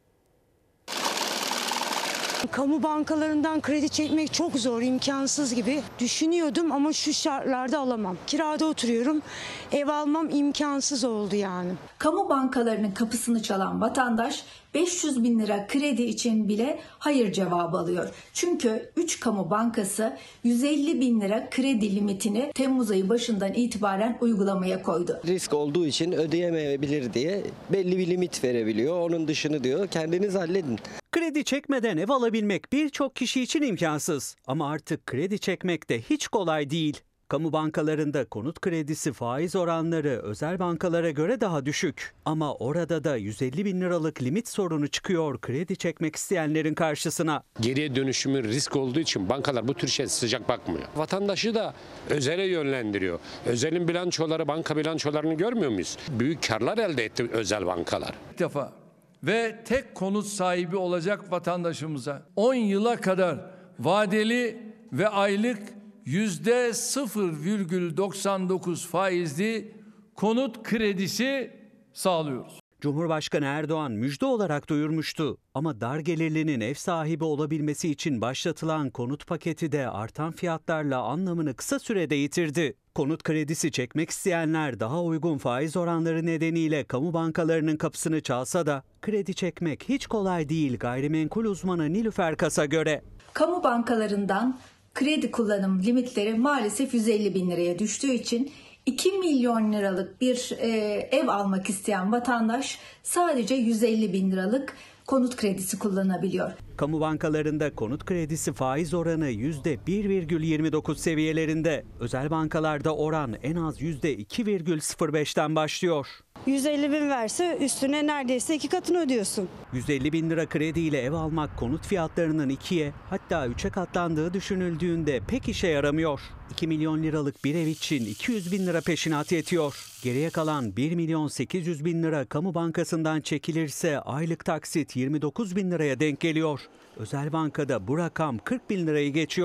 Kamu bankalarından kredi çekmek çok zor, imkansız gibi düşünüyordum ama şu şartlarda alamam. Kirada oturuyorum, ev almam imkansız oldu yani. Kamu bankalarının kapısını çalan vatandaş beş yüz bin lira kredi için bile hayır cevabı alıyor. Çünkü üç kamu bankası yüz elli bin lira kredi limitini Temmuz ayı başından itibaren uygulamaya koydu. Risk olduğu için ödeyemeyebilir diye belli bir limit verebiliyor. Onun dışını diyor kendiniz halledin. Kredi çekmeden ev alabilmek birçok kişi için imkansız. Ama artık kredi çekmek de hiç kolay değil. Kamu bankalarında konut kredisi faiz oranları özel bankalara göre daha düşük. Ama orada da yüz elli bin liralık limit sorunu çıkıyor kredi çekmek isteyenlerin karşısına. Geriye dönüşümü risk olduğu için bankalar bu tür şey sıcak bakmıyor. Vatandaşı da özele yönlendiriyor. Özelin bilançoları, banka bilançolarını görmüyor muyuz? Büyük karlar elde etti özel bankalar. İlk defa ve tek konut sahibi olacak vatandaşımıza on yıla kadar vadeli ve aylık yüzde sıfır virgül doksan dokuz faizli konut kredisi sağlıyoruz. Cumhurbaşkanı Erdoğan müjde olarak duyurmuştu ama dar gelirlinin ev sahibi olabilmesi için başlatılan konut paketi de artan fiyatlarla anlamını kısa sürede yitirdi. Konut kredisi çekmek isteyenler daha uygun faiz oranları nedeniyle kamu bankalarının kapısını çalsa da kredi çekmek hiç kolay değil gayrimenkul uzmanı Nilüfer Kas'a göre. Kamu bankalarından kredi kullanım limitleri maalesef yüz elli bin liraya düştüğü için iki milyon liralık bir e, ev almak isteyen vatandaş sadece yüz elli bin liralık konut kredisi kullanabiliyor. Kamu bankalarında konut kredisi faiz oranı yüzde bir virgül yirmi dokuz seviyelerinde. Özel bankalarda oran en az yüzde iki virgül sıfır beşten başlıyor. yüz elli bin verse üstüne neredeyse iki katını ödüyorsun. yüz elli bin lira krediyle ev almak konut fiyatlarının ikiye hatta üçe katlandığı düşünüldüğünde pek işe yaramıyor. iki milyon liralık bir ev için iki yüz bin lira peşinat yetiyor. Geriye kalan bir milyon sekiz yüz bin lira kamu bankasından çekilirse aylık taksit yirmi dokuz bin liraya denk geliyor. Özel bankada bu rakam kırk bin lirayı geçiyor.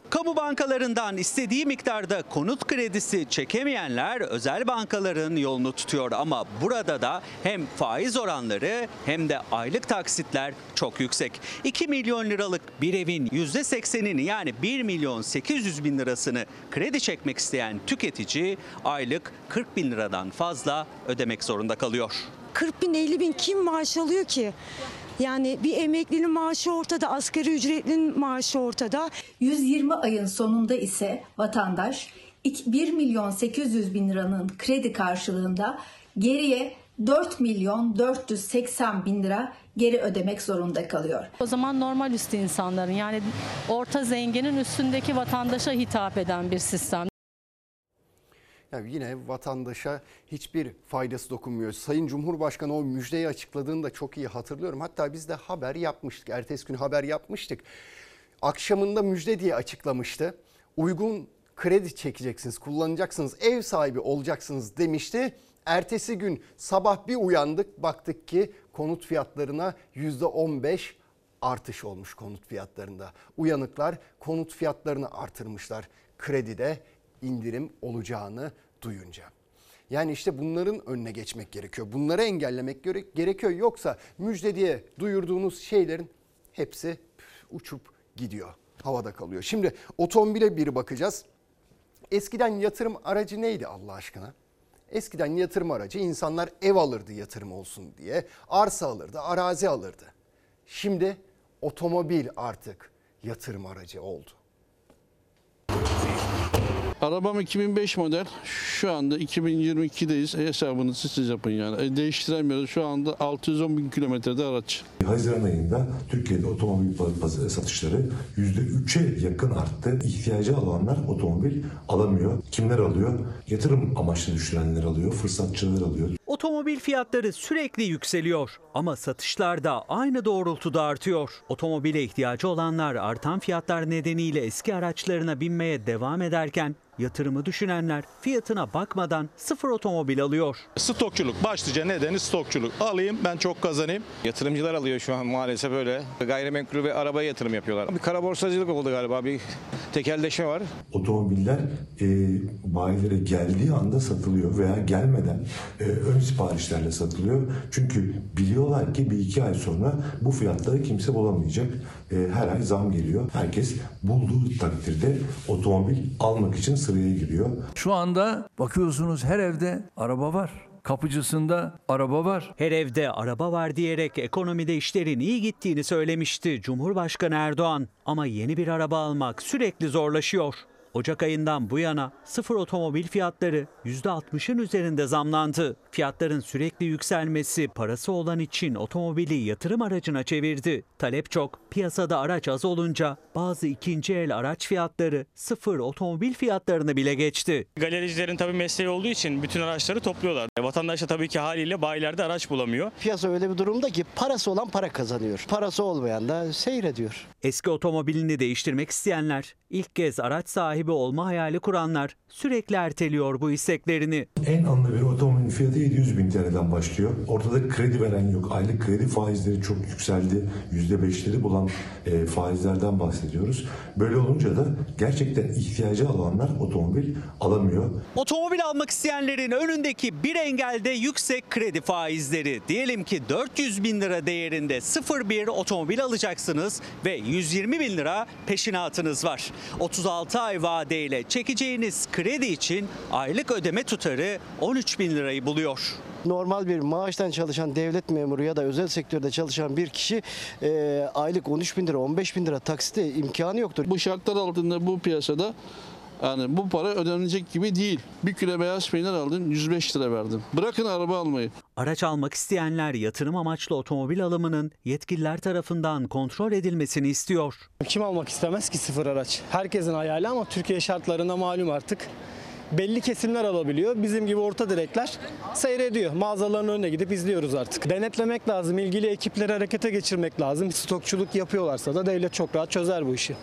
Kamu bankalarından istediği miktarda konut kredisi çekemeyenler özel bankaların yolunu tutuyor ama burada da hem faiz oranları hem de aylık taksitler çok yüksek. iki milyon liralık bir evin yüzde seksenini yani bir milyon sekiz yüz bin lirasını kredi çekmek isteyen tüketici aylık kırk bin liradan fazla ödemek zorunda kalıyor. kırk bin elli bin kim maaş alıyor ki? Yani bir emeklinin maaşı ortada, asgari ücretlinin maaşı ortada. yüz yirmi ayın sonunda ise vatandaş bir milyon sekiz yüz bin liranın kredi karşılığında geriye dört milyon dört yüz seksen bin lira geri ödemek zorunda kalıyor. O zaman normal üstü insanların yani orta zenginin üstündeki vatandaşa hitap eden bir sistem. Yani yine vatandaşa hiçbir faydası dokunmuyor. Sayın Cumhurbaşkanı o müjdeyi açıkladığında çok iyi hatırlıyorum. Hatta biz de haber yapmıştık. Ertesi gün haber yapmıştık. Akşamında müjde diye açıklamıştı. Uygun kredi çekeceksiniz, kullanacaksınız, ev sahibi olacaksınız demişti. Ertesi gün sabah bir uyandık, baktık ki konut fiyatlarına yüzde on beş artış olmuş konut fiyatlarında. Uyanıklar konut fiyatlarını artırmışlar. Kredide indirim olacağını duyunca. Yani işte bunların önüne geçmek gerekiyor. Bunları engellemek gerekiyor. Yoksa müjde diye duyurduğunuz şeylerin hepsi uçup gidiyor. Havada kalıyor. Şimdi otomobile bir bakacağız. Eskiden yatırım aracı neydi Allah aşkına? Eskiden yatırım aracı insanlar ev alırdı yatırım olsun diye. Arsa alırdı, arazi alırdı. Şimdi otomobil artık yatırım aracı oldu. Arabam iki bin beş model. Şu anda iki bin yirmi iki'deyiz. Hesabını siz yapın yani. E, değiştiremiyoruz. Şu anda altı yüz on bin kilometrede araç. Haziran ayında Türkiye'de otomobil satışları yüzde üç'e yakın arttı. İhtiyacı olanlar otomobil alamıyor. Kimler alıyor? Yatırım amaçlı düşünenler alıyor. Fırsatçılar alıyor. Otomobil fiyatları sürekli yükseliyor ama satışlar da aynı doğrultuda artıyor. Otomobile ihtiyacı olanlar artan fiyatlar nedeniyle eski araçlarına binmeye devam ederken yatırımı düşünenler fiyatına bakmadan sıfır otomobil alıyor. Stokçuluk başlıca nedeni stokçuluk. Alayım ben çok kazanayım. Yatırımcılar alıyor şu an maalesef öyle. Gayrimenkul ve arabaya yatırım yapıyorlar. Bir kara borsacılık oldu galiba. Bir tekelleşme var. Otomobiller e, bayilere geldiği anda satılıyor veya gelmeden e, ön siparişlerle satılıyor. Çünkü biliyorlar ki bir iki ay sonra bu fiyatları kimse bulamayacak. E, her ay zam geliyor. Herkes bulduğu takdirde otomobil almak için sıraya giriyor. Şu anda bakıyorsunuz her evde araba var. Kapıcısında araba var. Her evde araba var diyerek ekonomide işlerin iyi gittiğini söylemişti Cumhurbaşkanı Erdoğan. Ama yeni bir araba almak sürekli zorlaşıyor. Ocak ayından bu yana sıfır otomobil fiyatları yüzde altmış'ın üzerinde zamlandı. Fiyatların sürekli yükselmesi parası olan için otomobili yatırım aracına çevirdi. Talep çok, piyasada araç az olunca bazı ikinci el araç fiyatları sıfır otomobil fiyatlarını bile geçti. Galericilerin tabii mesleği olduğu için bütün araçları topluyorlar. Vatandaş da tabii ki haliyle bayilerde araç bulamıyor. Piyasa öyle bir durumda ki parası olan para kazanıyor. Parası olmayan da seyrediyor. Eski otomobilini değiştirmek isteyenler, ilk kez araç sahibi olma hayali kuranlar sürekli erteliyor bu isteklerini. En alımlı bir otomobilin fiyatı yedi yüz bin T L'den başlıyor. Ortada kredi veren yok. Aylık kredi faizleri çok yükseldi. yüzde beş'leri bulan e, faizlerden bahsediyoruz. Böyle olunca da gerçekten ihtiyacı olanlar otomobil alamıyor. Otomobil almak isteyenlerin önündeki bir engel de yüksek kredi faizleri. Diyelim ki dört yüz bin lira değerinde sıfır bir otomobil alacaksınız ve yüz yirmi bin lira peşinatınız var. otuz altı ay vadeyle çekeceğiniz kredi için aylık ödeme tutarı on üç bin lirayı buluyor. Normal bir maaştan çalışan devlet memuru ya da özel sektörde çalışan bir kişi e, aylık on üç bin lira on beş bin lira taksite imkanı yoktur. Bu şartlar altında bu piyasada yani bu para ödenecek gibi değil. Bir kilo beyaz peynir aldın yüz beş lira verdin. Bırakın araba almayı. Araç almak isteyenler yatırım amaçlı otomobil alımının yetkililer tarafından kontrol edilmesini istiyor. Kim almak istemez ki sıfır araç? Herkesin hayali ama Türkiye şartlarında malum artık. Belli kesimler alabiliyor. Bizim gibi orta direkler seyrediyor. Mağazaların önüne gidip izliyoruz artık. Denetlemek lazım. İlgili ekipleri harekete geçirmek lazım. Stokçuluk yapıyorlarsa da devlet çok rahat çözer bu işi.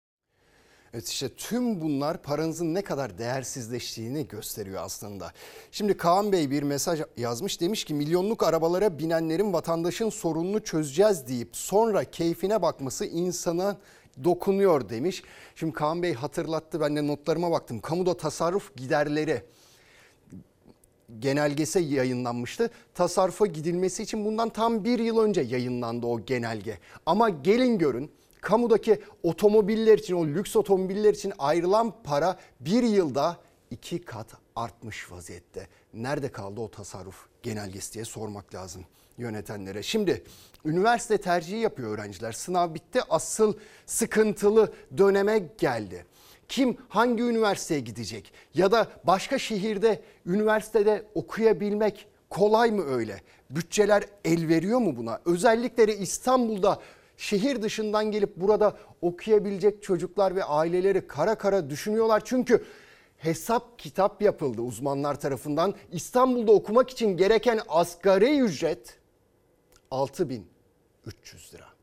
Evet işte tüm bunlar paranızın ne kadar değersizleştiğini gösteriyor aslında. Şimdi Kaan Bey bir mesaj yazmış, demiş ki milyonluk arabalara binenlerin vatandaşın sorununu çözeceğiz deyip sonra keyfine bakması insana dokunuyor demiş. Şimdi Kaan Bey hatırlattı, ben de notlarıma baktım. Kamuda tasarruf giderleri genelgesi yayınlanmıştı. Tasarrufa gidilmesi için bundan tam bir yıl önce yayınlandı o genelge. Ama gelin görün, kamudaki otomobiller için, o lüks otomobiller için ayrılan para bir yılda iki kat artmış vaziyette. Nerede kaldı o tasarruf genelgesi diye sormak lazım yönetenlere. Şimdi üniversite tercihi yapıyor öğrenciler. Sınav bitti, asıl sıkıntılı döneme geldi. Kim hangi üniversiteye gidecek ya da başka şehirde üniversitede okuyabilmek kolay mı öyle? Bütçeler el veriyor mu buna? Özellikle İstanbul'da şehir dışından gelip burada okuyabilecek çocuklar ve aileleri kara kara düşünüyorlar. Çünkü hesap kitap yapıldı uzmanlar tarafından. İstanbul'da okumak için gereken asgari ücret altı bin üç yüz lira.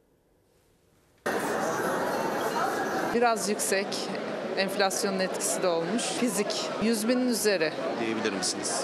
Biraz yüksek. Enflasyonun etkisi de olmuş. Fizik yüz binin üzeri. Diyebilir misiniz?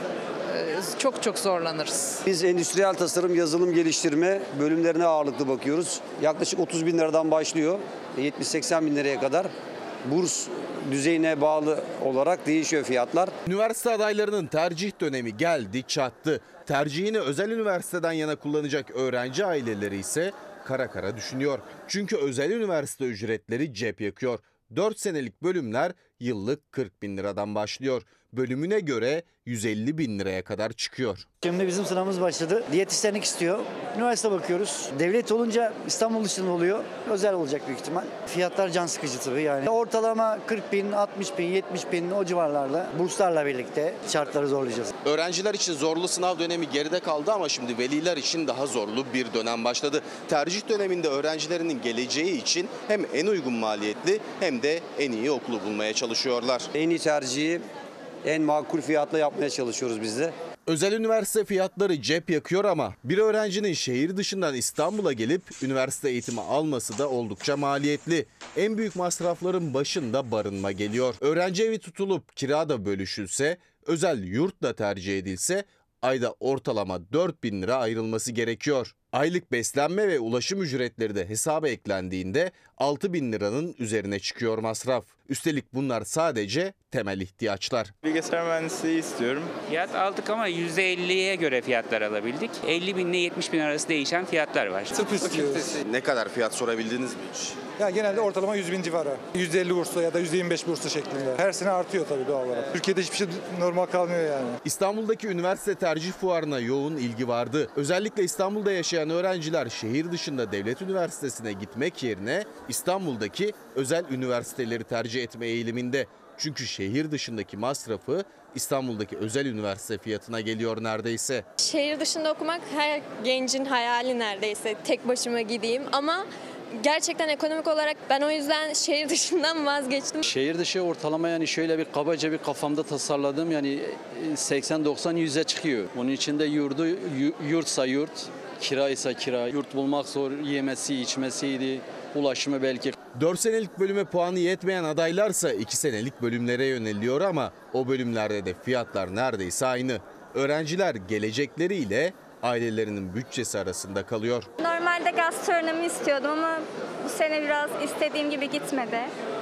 Ee, çok çok zorlanırız. Biz endüstriyel tasarım, yazılım geliştirme bölümlerine ağırlıklı bakıyoruz. Yaklaşık otuz bin liradan başlıyor. yetmiş seksen bin liraya kadar. Burs düzeyine bağlı olarak değişiyor fiyatlar. Üniversite adaylarının tercih dönemi geldi, çattı. Tercihini özel üniversiteden yana kullanacak öğrenci aileleri ise kara kara düşünüyor. Çünkü özel üniversite ücretleri cep yakıyor. dört senelik bölümler yıllık kırk bin liradan başlıyor. Bölümüne göre yüz elli bin liraya kadar çıkıyor. Şimdi bizim sınavımız başladı. Diyetisyenlik istiyor. Üniversite bakıyoruz. Devlet olunca İstanbul dışında oluyor. Özel olacak büyük ihtimal. Fiyatlar can sıkıcı tabii yani. Ortalama kırk bin, altmış bin, yetmiş bin o civarlarda burslarla birlikte şartları zorlayacağız. Öğrenciler için zorlu sınav dönemi geride kaldı ama şimdi veliler için daha zorlu bir dönem başladı. Tercih döneminde öğrencilerinin geleceği için hem en uygun maliyetli hem de en iyi okulu bulmaya çalışıyorlar. En iyi tercihi en makul fiyatla yapmaya çalışıyoruz biz de. Özel üniversite fiyatları cep yakıyor ama bir öğrencinin şehir dışından İstanbul'a gelip üniversite eğitimi alması da oldukça maliyetli. En büyük masrafların başında barınma geliyor. Öğrenci evi tutulup kirada bölüşülse, özel yurt da tercih edilse ayda ortalama dört bin lira ayrılması gerekiyor. Aylık beslenme ve ulaşım ücretleri de hesaba eklendiğinde altı bin liranın üzerine çıkıyor masraf. Üstelik bunlar sadece temel ihtiyaçlar. Bilgisayar mühendisliği istiyorum. Fiyat aldık ama yüzde elliye göre fiyatlar alabildik. elli bin ile yetmiş bin arası değişen fiyatlar var. Tıp istiyoruz. Ne kadar fiyat sorabildiniz mi hiç? Ya genelde ortalama yüz bin civarı. yüzde elli burslu ya da yüzde yirmi beş burslu şeklinde. Her sene artıyor tabii doğal olarak. Türkiye'de hiçbir şey normal kalmıyor yani. İstanbul'daki üniversite tercih fuarına yoğun ilgi vardı. Özellikle İstanbul'da yaşayan öğrenciler şehir dışında devlet üniversitesine gitmek yerine İstanbul'daki özel üniversiteleri tercih etme eğiliminde. Çünkü şehir dışındaki masrafı İstanbul'daki özel üniversite fiyatına geliyor neredeyse. Şehir dışında okumak her gencin hayali neredeyse. Tek başıma gideyim ama gerçekten ekonomik olarak ben o yüzden şehir dışından vazgeçtim. Şehir dışı ortalama yani şöyle bir kabaca bir kafamda tasarladım yani seksen doksan yüze çıkıyor. Bunun içinde yurdu yurtsa yurt, kiraysa kira, yurt bulmak zor, yemesi içmesiydi, ulaşımı belki. dört senelik bölüme puanı yetmeyen adaylarsa iki senelik bölümlere yöneliyor ama o bölümlerde de fiyatlar neredeyse aynı. Öğrenciler gelecekleriyle ailelerinin bütçesi arasında kalıyor. Normalde gastronomi istiyordum ama bu sene biraz istediğim gibi gitmedi.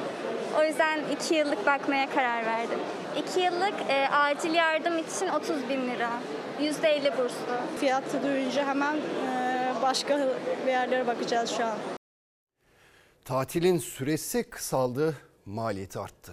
O yüzden iki yıllık bakmaya karar verdim. iki yıllık e, acil yardım için otuz bin lira. yüzde elli burslu. Fiyatı duyunca hemen e, başka bir yerlere bakacağız şu an. Tatilin süresi kısaldı, maliyeti arttı.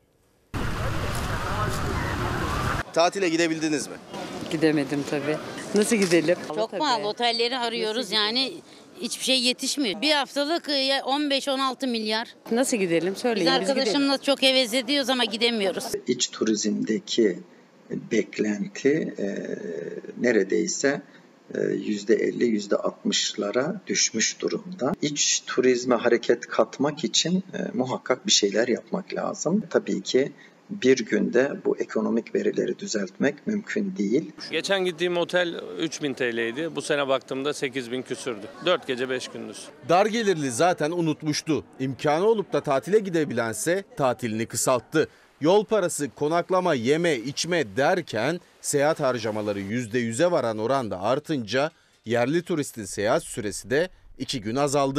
Tatile gidebildiniz mi? Gidemedim tabii. Nasıl gidelim? Çok pahalı. Otelleri arıyoruz yani hiçbir şey yetişmiyor. Bir haftalık on beş on altı milyar. Nasıl gidelim? Söyleyin. Biz arkadaşımla çok heves ediyoruz ama gidemiyoruz. İç turizmdeki beklenti e, neredeyse yüzde elli yüzde altmışlara düşmüş durumda. İç turizme hareket katmak için e, muhakkak bir şeyler yapmak lazım. Tabii ki bir günde bu ekonomik verileri düzeltmek mümkün değil. Geçen gittiğim otel üç bin T L'ydi. Bu sene baktığımda sekiz bin küsürdü. dört gece beş gündüz. Dar gelirli zaten unutmuştu. İmkanı olup da tatile gidebilense tatilini kısalttı. Yol parası, konaklama, yeme, içme derken seyahat harcamaları yüzde yüze varan oranda artınca yerli turistin seyahat süresi de iki gün azaldı.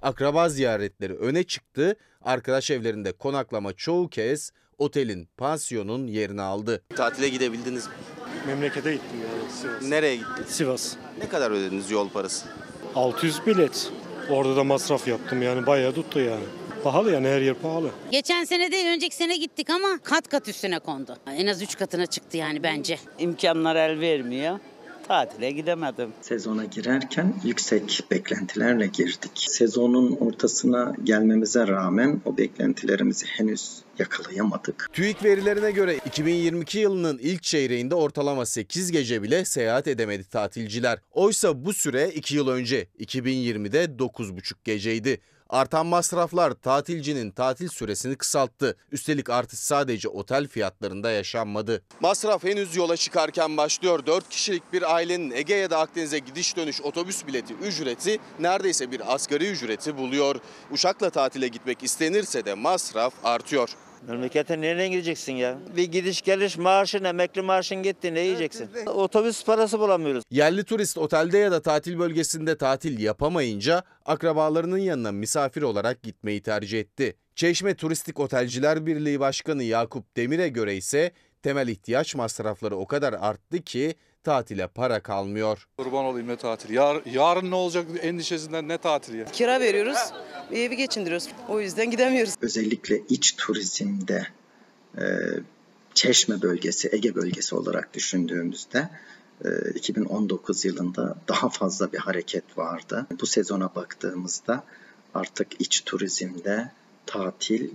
Akraba ziyaretleri öne çıktı. Arkadaş evlerinde konaklama çoğu kez otelin, pansiyonun yerini aldı. Tatile gidebildiniz mi? Memlekete gittim yani Sivas. Nereye gittiniz? Sivas. Ne kadar ödediniz yol parası? altı yüz bilet. Orada da masraf yaptım yani bayağı tuttu yani. Pahalı yani her yer pahalı. Geçen sene de önceki sene gittik ama kat kat üstüne kondu. En az üç katına çıktı yani bence. İmkanlar el vermiyor. Tatile gidemedim. Sezona girerken yüksek beklentilerle girdik. Sezonun ortasına gelmemize rağmen o beklentilerimizi henüz yakalayamadık. TÜİK verilerine göre iki bin yirmi iki yılının ilk çeyreğinde ortalama sekiz gece bile seyahat edemedi tatilciler. Oysa bu süre iki yıl önce iki bin yirmide dokuz buçuk geceydi. Artan masraflar tatilcinin tatil süresini kısalttı. Üstelik artış sadece otel fiyatlarında yaşanmadı. Masraf henüz yola çıkarken başlıyor. dört kişilik bir ailenin Ege ya da Akdeniz'e gidiş dönüş otobüs bileti ücreti neredeyse bir asgari ücreti buluyor. Uçakla tatile gitmek istenirse de masraf artıyor. Memlekete nereye gideceksin ya? Bir gidiş geliş maaşın, emekli maaşın gitti, ne yiyeceksin? Otobüs parası bulamıyoruz. Yerli turist otelde ya da tatil bölgesinde tatil yapamayınca akrabalarının yanına misafir olarak gitmeyi tercih etti. Çeşme Turistik Otelciler Birliği Başkanı Yakup Demir'e göre ise temel ihtiyaç masrafları o kadar arttı ki tatile para kalmıyor. Kurban olayım ne tatil. Yar, yarın ne olacak endişesinden ne tatil ya. Kira veriyoruz, bir evi geçindiriyoruz. O yüzden gidemiyoruz. Özellikle iç turizmde e, Çeşme bölgesi, Ege bölgesi olarak düşündüğümüzde e, iki bin on dokuz yılında daha fazla bir hareket vardı. Bu sezona baktığımızda artık iç turizmde tatil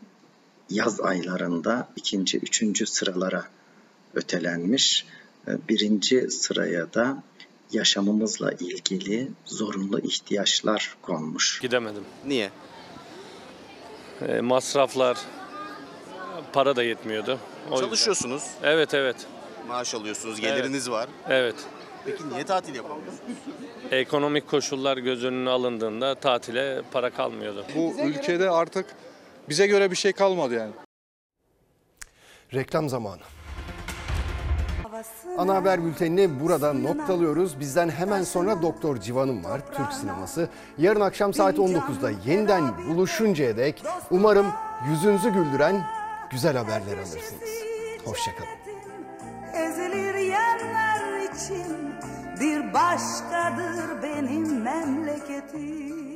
yaz aylarında ikinci, üçüncü sıralara ötelenmiş. Birinci sıraya da yaşamımızla ilgili zorunlu ihtiyaçlar konmuş. Gidemedim. Niye? E, masraflar, para da yetmiyordu. O Çalışıyorsunuz. yüzden. Evet, evet. Maaş alıyorsunuz, geliriniz evet. var. Evet. Peki niye tatil yapamıyorsunuz? Ekonomik koşullar göz önüne alındığında tatile para kalmıyordu. Bu ülkede artık bize göre bir şey kalmadı yani. Reklam zamanı. Ana haber bültenini burada noktalıyoruz. Bizden hemen sonra Doktor Civan'ım var, Türk sineması. Yarın akşam saat on dokuzda yeniden buluşuncaya dek umarım yüzünüzü güldüren güzel haberler alırsınız. Hoşçakalın. Ezilir yerler için bir başkadır benim memleketim.